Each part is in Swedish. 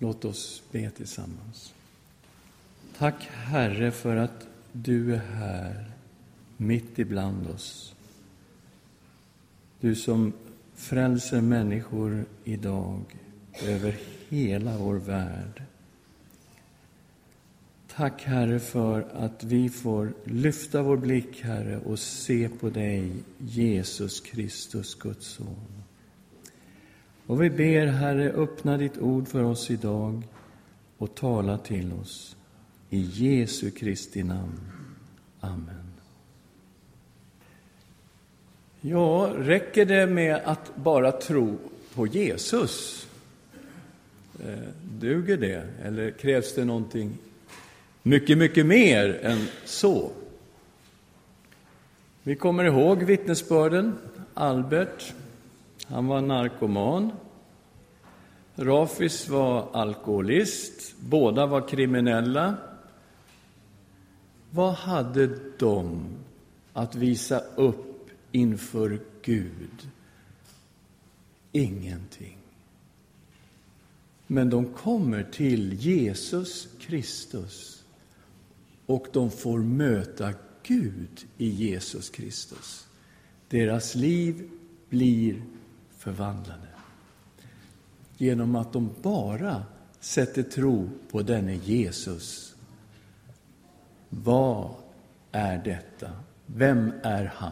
Låt oss be tillsammans. Tack Herre för att du är här mitt ibland oss. Du som frälser människor idag över hela vår värld. Tack Herre för att vi får lyfta vår blick, Herre, och se på dig, Jesus Kristus, Guds son. Och vi ber, Herre, öppna ditt ord för oss idag och tala till oss. I Jesu Kristi namn. Amen. Ja, räcker det med att bara tro på Jesus? Duger det? Eller krävs det någonting mycket, mycket mer än så? Vi kommer ihåg vittnesbörden. Albert, han var narkoman. Rafis var alkoholist. Båda var kriminella. Vad hade de att visa upp inför Gud? Ingenting. Men de kommer till Jesus Kristus och de får möta Gud i Jesus Kristus. Deras liv blir förvandlade genom att de bara sätter tro på denne Jesus. Vad är detta? Vem är han?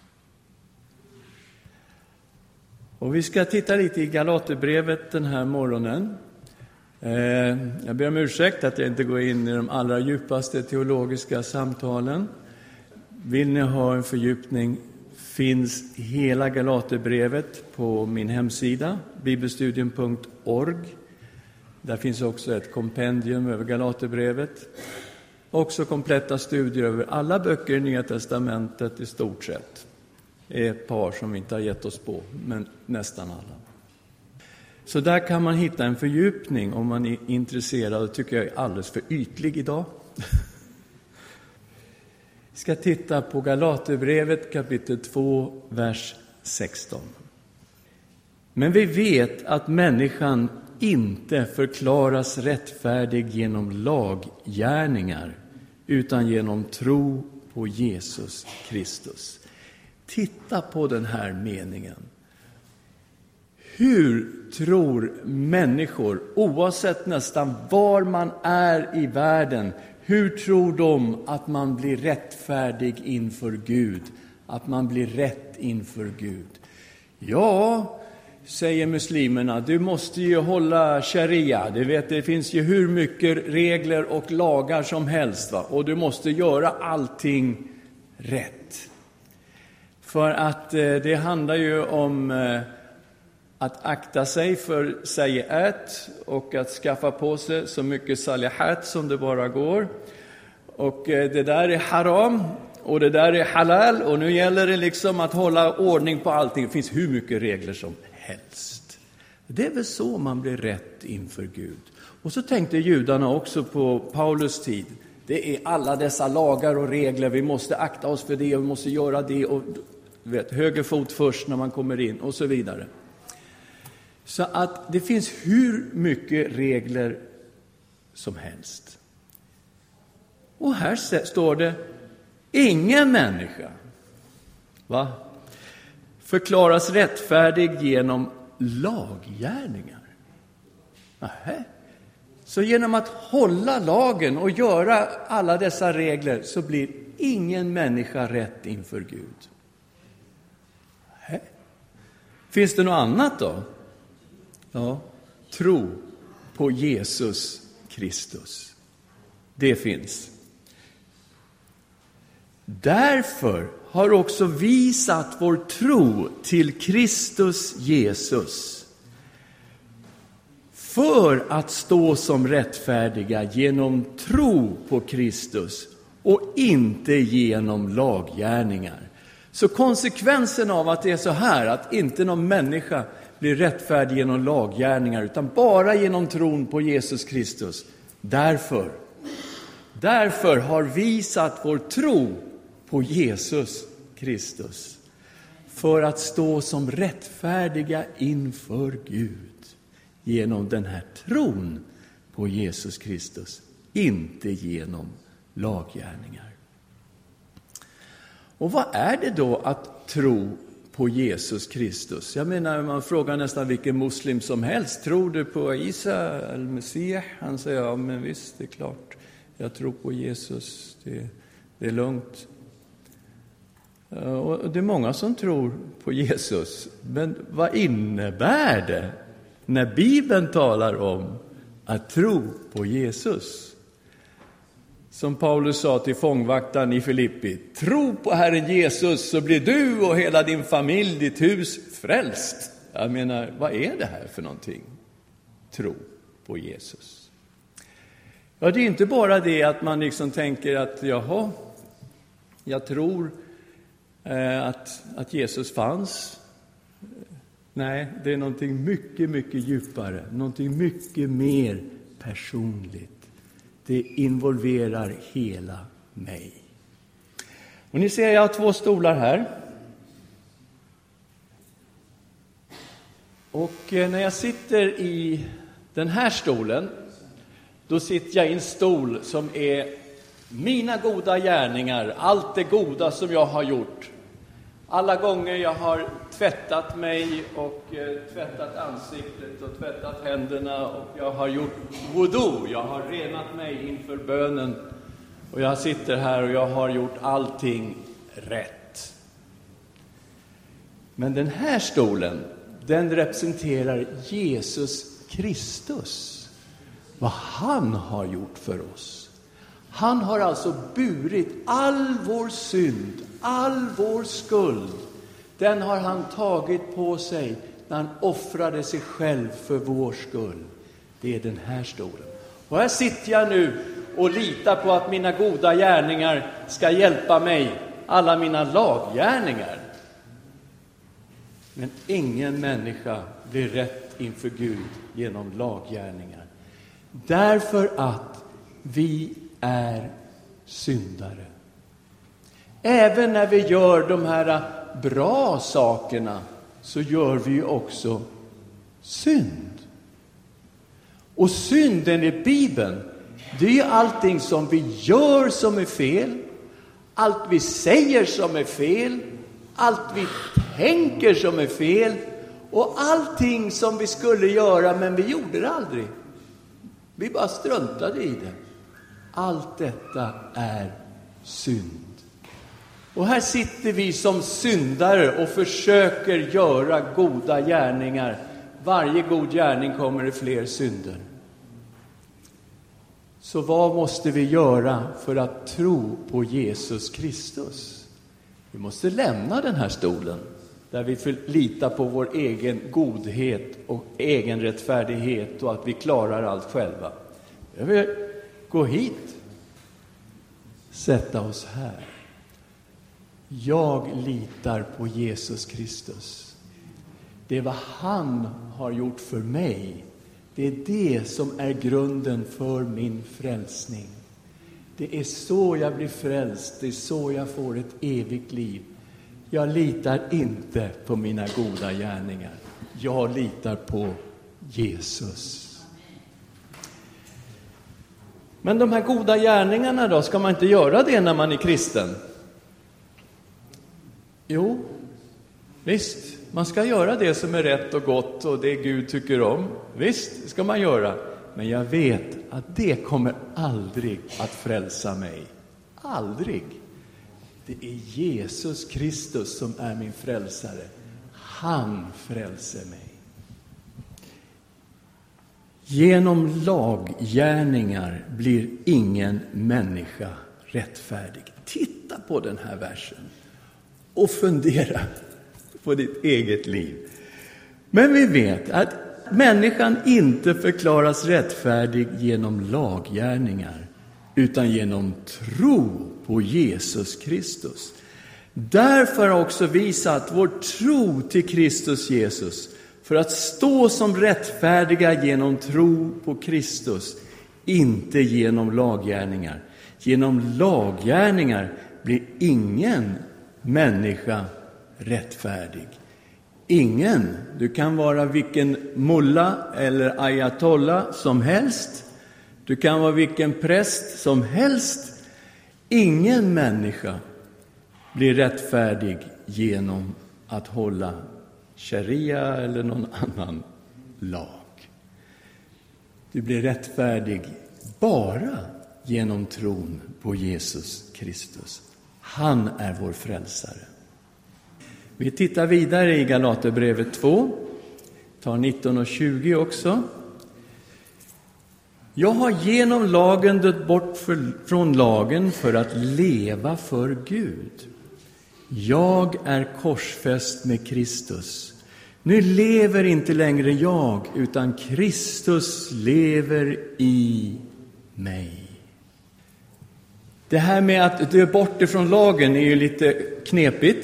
Och vi ska titta lite i Galaterbrevet den här morgonen. Jag ber om ursäkt att jag inte går in i de allra djupaste teologiska samtalen. Vill ni ha en fördjupning finns hela Galaterbrevet på min hemsida, bibelstudien.org. Där finns också ett kompendium över Galaterbrevet. Också kompletta studier över alla böcker i Nya testamentet i stort sett. Det är ett par som vi inte har gett oss på, men nästan alla. Så där kan man hitta en fördjupning om man är intresserad, och tycker jag är alldeles för ytlig idag. Vi ska titta på Galaterbrevet kapitel 2, vers 16. Men vi vet att människan inte förklaras rättfärdig genom laggärningar, utan genom tro på Jesus Kristus. Titta på den här meningen. Hur tror människor, oavsett nästan var man är i världen, hur tror de att man blir rättfärdig inför Gud? Att man blir rätt inför Gud? Ja, säger muslimerna, du måste ju hålla sharia. Du vet, det finns ju hur mycket regler och lagar som helst, va? Och du måste göra allting rätt. För att det handlar ju om att akta sig för sayiat och att skaffa på sig så mycket salihat som det bara går. Och det där är haram och det där är halal, och nu gäller det liksom att hålla ordning på allting. Det finns hur mycket regler som helst. Det är väl så man blir rätt inför Gud. Och så tänkte judarna också på Paulus tid. Det är alla dessa lagar och regler, vi måste akta oss för det och vi måste göra det, och höger fot först när man kommer in och så vidare. Så att det finns hur mycket regler som helst. Och här står det, ingen människa förklaras rättfärdig genom laggärningar. Nähä. Så genom att hålla lagen och göra alla dessa regler så blir ingen människa rätt inför Gud. Nähä. Finns det något annat då? Ja, tro på Jesus Kristus. Det finns. Därför har också vi satt vår tro till Kristus Jesus, för att stå som rättfärdiga genom tro på Kristus och inte genom laggärningar. Så konsekvensen av att det är så här, att inte någon människa blir rättfärdig genom laggärningar utan bara genom tron på Jesus Kristus. Därför har vi satt vår tro på Jesus Kristus, för att stå som rättfärdiga inför Gud genom den här tron på Jesus Kristus, inte genom laggärningar. Och vad är det då att tro på Jesus Kristus? Jag menar, man frågar nästan vilken muslim som helst. Tror du på Isa al-Messiah? Han säger, ja men visst, det är klart. Jag tror på Jesus, det är lugnt. Och det är många som tror på Jesus. Men vad innebär det när Bibeln talar om att tro på Jesus? Som Paulus sa till fångvaktaren i Filippi, tro på Herren Jesus så blir du och hela din familj, ditt hus frälst. Jag menar, vad är det här för någonting? Tro på Jesus. Ja, det är inte bara det att man liksom tänker att jaha, jag tror att Jesus fanns. Nej, det är någonting mycket, mycket djupare. Någonting mycket mer personligt. Det involverar hela mig. Och ni ser, jag har 2 stolar här. Och när jag sitter i den här stolen, då sitter jag i en stol som är mina goda gärningar, allt det goda som jag har gjort. Alla gånger jag har tvättat mig och tvättat ansiktet och tvättat händerna och jag har gjort wudu, jag har renat mig inför bönen och jag sitter här och jag har gjort allting rätt. Men den här stolen, den representerar Jesus Kristus, vad han har gjort för oss. Han har alltså burit all vår synd, all vår skuld. Den har han tagit på sig när han offrade sig själv för vår skull. Det är den här stolen. Och här sitter jag nu och litar på att mina goda gärningar ska hjälpa mig. Alla mina laggärningar. Men ingen människa blir rätt inför Gud genom laggärningar. Därför att vi är syndare. Även när vi gör de här bra sakerna så gör vi ju också synd. Och synden i Bibeln, det är ju allting som vi gör som är fel, allt vi säger som är fel, allt vi tänker som är fel och allting som vi skulle göra men vi gjorde det aldrig. Vi bara struntade i det. Allt detta är synd. Och här sitter vi som syndare och försöker göra goda gärningar. Varje god gärning kommer det fler synder. Så vad måste vi göra för att tro på Jesus Kristus? Vi måste lämna den här stolen där vi förlitar på vår egen godhet och egen rättfärdighet och att vi klarar allt själva. Jag vill gå hit, sätta oss här. Jag litar på Jesus Kristus. Det är vad han har gjort för mig. Det är det som är grunden för min frälsning. Det är så jag blir frälst. Det är så jag får ett evigt liv. Jag litar inte på mina goda gärningar. Jag litar på Jesus. Men de här goda gärningarna då, ska man inte göra det när man är kristen? Jo, visst. Man ska göra det som är rätt och gott och det Gud tycker om. Visst, det ska man göra. Men jag vet att det kommer aldrig att frälsa mig. Aldrig. Det är Jesus Kristus som är min frälsare. Han frälser mig. Genom laggärningar blir ingen människa rättfärdig. Titta på den här versen och fundera på ditt eget liv. Men vi vet att människan inte förklaras rättfärdig genom laggärningar utan genom tro på Jesus Kristus. Därför har också vi satt vår tro till Kristus Jesus för att stå som rättfärdiga genom tro på Kristus, inte genom laggärningar. Genom laggärningar blir ingen människa rättfärdig. Ingen. Du kan vara vilken mulla eller ayatollah som helst Du kan vara vilken präst som helst. Ingen människa blir rättfärdig genom att hålla sharia eller någon annan lag. Du blir rättfärdig bara genom tron på Jesus Kristus. Han är vår frälsare. Vi tittar vidare i Galaterbrevet 2. Tar 19 och 20 också. Jag har genom lagen dött bort från lagen för att leva för Gud. Jag är korsfäst med Kristus. Nu lever inte längre jag, utan Kristus lever i mig. Det här med att dö bort ifrån lagen är ju lite knepigt.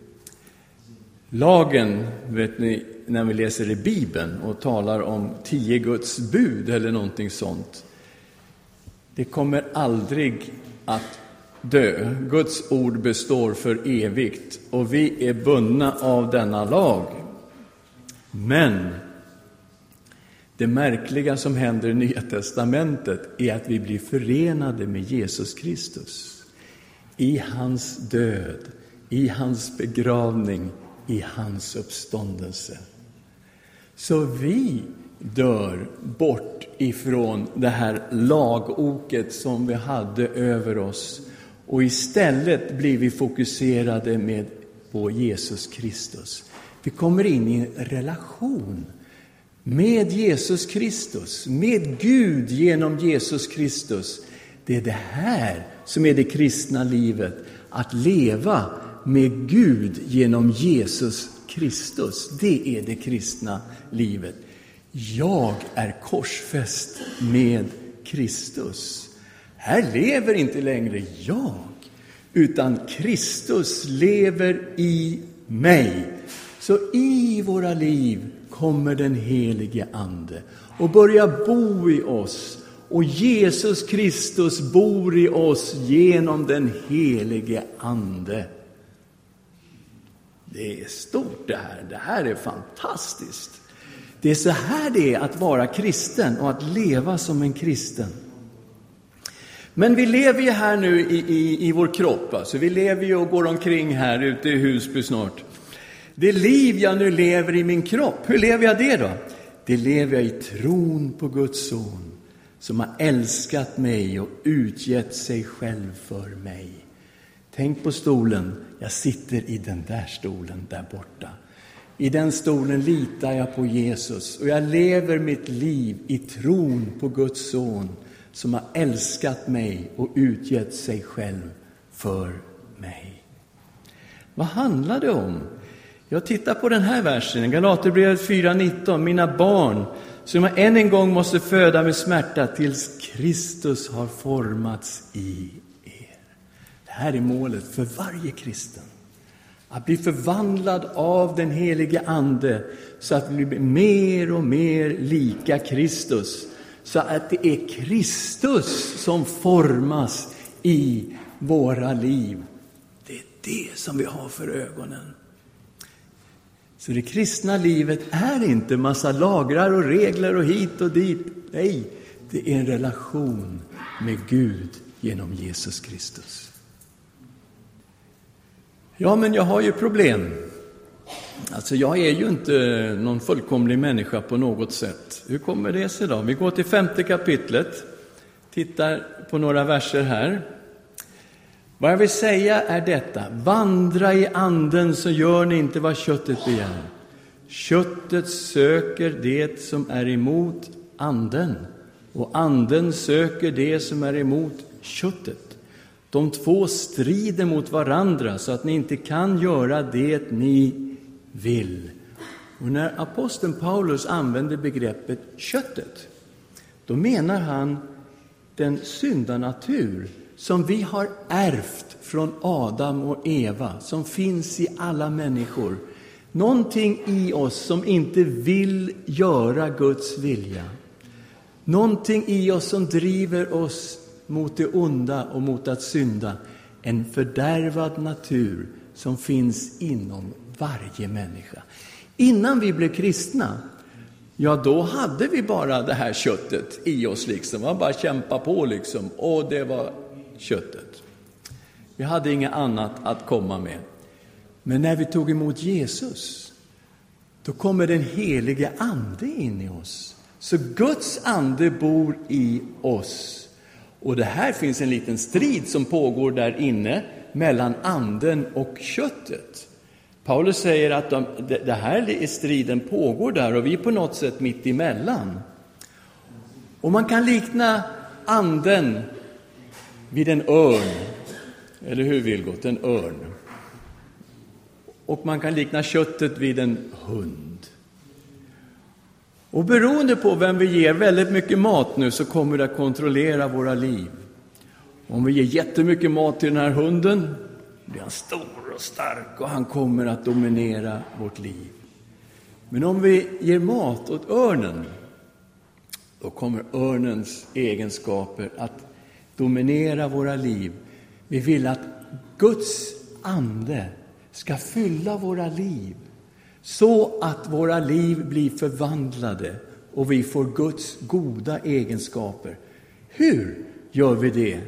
Lagen, vet ni, när vi läser i Bibeln och talar om 10 Guds bud eller någonting sånt. Det kommer aldrig att dö. Guds ord består för evigt och vi är bundna av denna lag. Men det märkliga som händer i Nya testamentet är att vi blir förenade med Jesus Kristus. I hans död, i hans begravning, i hans uppståndelse. Så vi dör bort ifrån det här lagoket som vi hade över oss. Och istället blir vi fokuserade på Jesus Kristus. Vi kommer in i en relation med Jesus Kristus, med Gud genom Jesus Kristus. Det är det här som är det kristna livet. Att leva med Gud genom Jesus Kristus. Det är det kristna livet. Jag är korsfäst med Kristus. Här lever inte längre jag, utan Kristus lever i mig. Så i våra liv kommer den helige ande och börjar bo i oss. Och Jesus Kristus bor i oss genom den helige ande. Det är stort det här. Det här är fantastiskt. Det är så här det är att vara kristen och att leva som en kristen. Men vi lever ju här nu i vår kropp. Alltså vi lever ju och går omkring här ute i Husby snart. Det liv jag nu lever i min kropp, hur lever jag det då? Det lever jag i tron på Guds son som har älskat mig och utgett sig själv för mig. Tänk på stolen, jag sitter i den där stolen där borta. I den stolen litar jag på Jesus och jag lever mitt liv i tron på Guds son som har älskat mig och utgett sig själv för mig. Vad handlar det om? Jag tittar på den här versen, Galaterbrevet 4:19. Mina barn, som jag än en gång måste föda med smärta tills Kristus har formats i er. Det här är målet för varje kristen. Att bli förvandlad av den helige ande så att vi blir mer och mer lika Kristus. Så att det är Kristus som formas i våra liv. Det är det som vi har för ögonen. Så det kristna livet är inte massa lagrar och regler och hit och dit. Nej, det är en relation med Gud genom Jesus Kristus. Ja, men jag har ju problem. Alltså jag är ju inte någon fullkomlig människa på något sätt. Hur kommer det sig då? Vi går till 5:e kapitlet. Tittar på några verser här. Vad jag vill säga är detta: vandra i anden så gör ni inte vad köttet begär. Köttet söker det som är emot anden och anden söker det som är emot köttet. De två strider mot varandra så att ni inte kan göra det ni vill. Och när aposteln Paulus använder begreppet köttet, då menar han den syndanatur som vi har ärvt från Adam och Eva, som finns i alla människor. Någonting i oss som inte vill göra Guds vilja. Någonting i oss som driver oss mot det onda och mot att synda. En fördärvad natur som finns inom varje människa. Innan vi blev kristna, ja då hade vi bara det här köttet i oss liksom. Man bara kämpa på liksom. Och det var köttet. Vi hade inget annat att komma med. Men när vi tog emot Jesus, då kommer den helige ande in i oss. Så Guds ande bor i oss. Och det här finns en liten strid som pågår där inne mellan anden och köttet. Paulus säger att det här striden pågår där och vi är på något sätt mitt emellan. Och man kan likna anden vid en örn. Eller hur, Vilgot? En örn. Och man kan likna köttet vid en hund. Och beroende på vem vi ger väldigt mycket mat nu så kommer det att kontrollera våra liv. Om vi ger jättemycket mat till den här hunden blir han stor och stark och han kommer att dominera vårt liv. Men om vi ger mat åt örnen, då kommer örnens egenskaper att dominera våra liv. Vi vill att Guds ande ska fylla våra liv så att våra liv blir förvandlade och vi får Guds goda egenskaper. Hur gör vi det?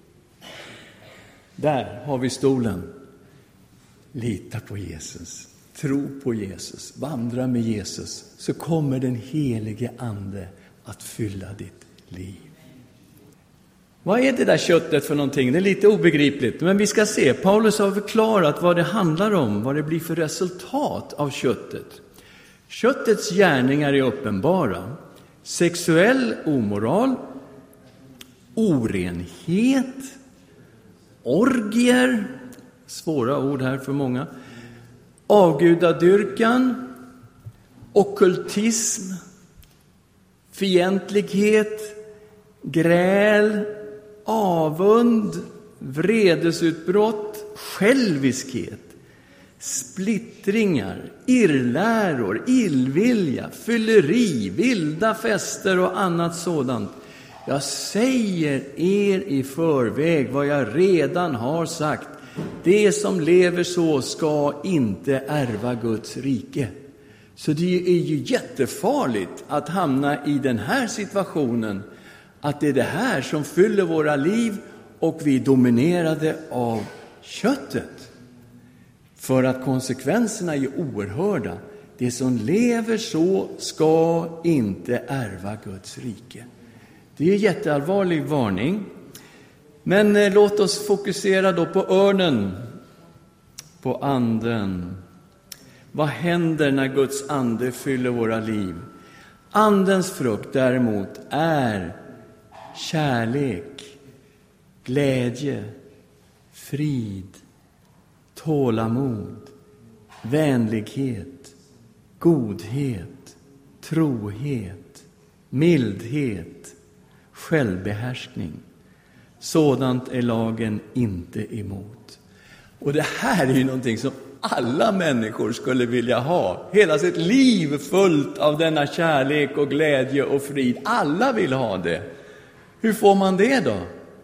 Där har vi stolen. Lita på Jesus. Tro på Jesus. Vandra med Jesus. Så kommer den helige ande att fylla ditt liv. Vad är det där köttet för någonting? Det är lite obegripligt. Men vi ska se. Paulus har förklarat vad det handlar om. Vad det blir för resultat av köttet. Köttets gärningar är uppenbara. Sexuell omoral. Orenhet. Orgier. Svåra ord här för många. Avgudadyrkan. Okkultism. Fientlighet. Gräl. Avund, vredesutbrott, själviskhet, splittringar, irrläror, illvilja, fylleri, vilda fester och annat sådant. Jag säger er i förväg vad jag redan har sagt. Det som lever så ska inte ärva Guds rike. Så det är ju jättefarligt att hamna i den här situationen. Att det är det här som fyller våra liv och vi är dominerade av köttet. För att konsekvenserna är oerhörda. Det som lever så ska inte ärva Guds rike. Det är en jätteallvarlig varning. Men låt oss fokusera då på örnen, på anden. Vad händer när Guds ande fyller våra liv? Andens frukt däremot är kärlek, glädje, frid, tålamod, vänlighet, godhet, trohet, mildhet, självbehärskning. Sådant är lagen inte emot. Och det här är ju någonting som alla människor skulle vilja ha. Hela sitt liv fullt av denna kärlek och glädje och frid. Alla vill ha det. Hur får man det då?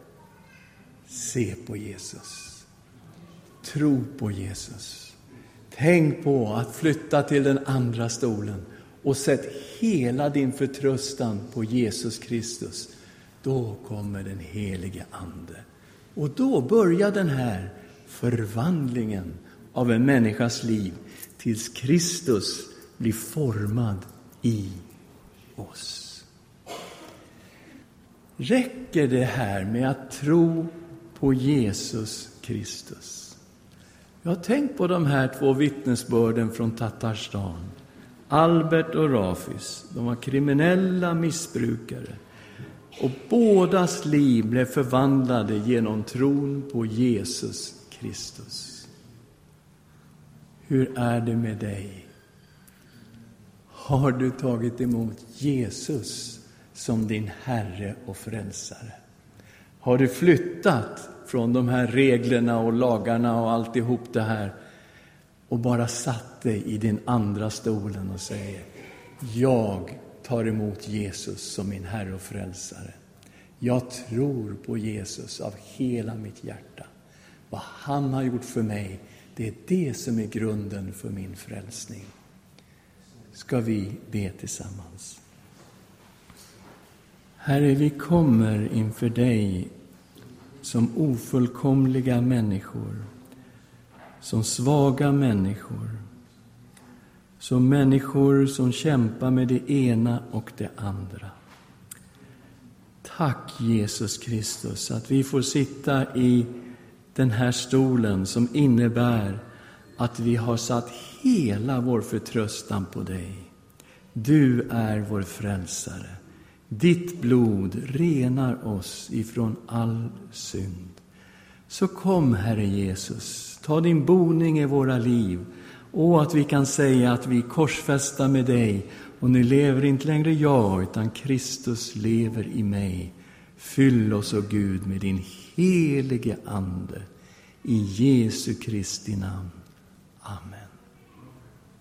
Se på Jesus. Tro på Jesus. Tänk på att flytta till den andra stolen. Och sätt hela din förtröstan på Jesus Kristus. Då kommer den helige ande. Och då börjar den här förvandlingen av en människas liv. Tills Kristus blir formad i oss. Räcker det här med att tro på Jesus Kristus? Jag har tänkt på de här två vittnesbörden från Tatarstan. Albert och Rafis, de var kriminella missbrukare. Och bådas liv blev förvandlade genom tron på Jesus Kristus. Hur är det med dig? Har du tagit emot Jesus som din Herre och frälsare? Har du flyttat från de här reglerna och lagarna och alltihop det här och bara satt dig i din andra stolen och säger: jag tar emot Jesus som min Herre och frälsare. Jag tror på Jesus av hela mitt hjärta. Vad han har gjort för mig, det är det som är grunden för min frälsning. ska vi be tillsammans. Herre, vi kommer inför dig som ofullkomliga människor, som svaga människor, som människor som kämpar med det ena och det andra. Tack Jesus Kristus att vi får sitta i den här stolen som innebär att vi har satt hela vår förtröstan på dig. Du är vår frälsare. Ditt blod renar oss ifrån all synd. Så kom, Herre Jesus, ta din boning i våra liv, och att vi kan säga att vi är korsfästa med dig, och nu lever inte längre jag utan Kristus lever i mig. Fyll oss, o Gud, med din helige ande. I Jesu Kristi namn. Amen.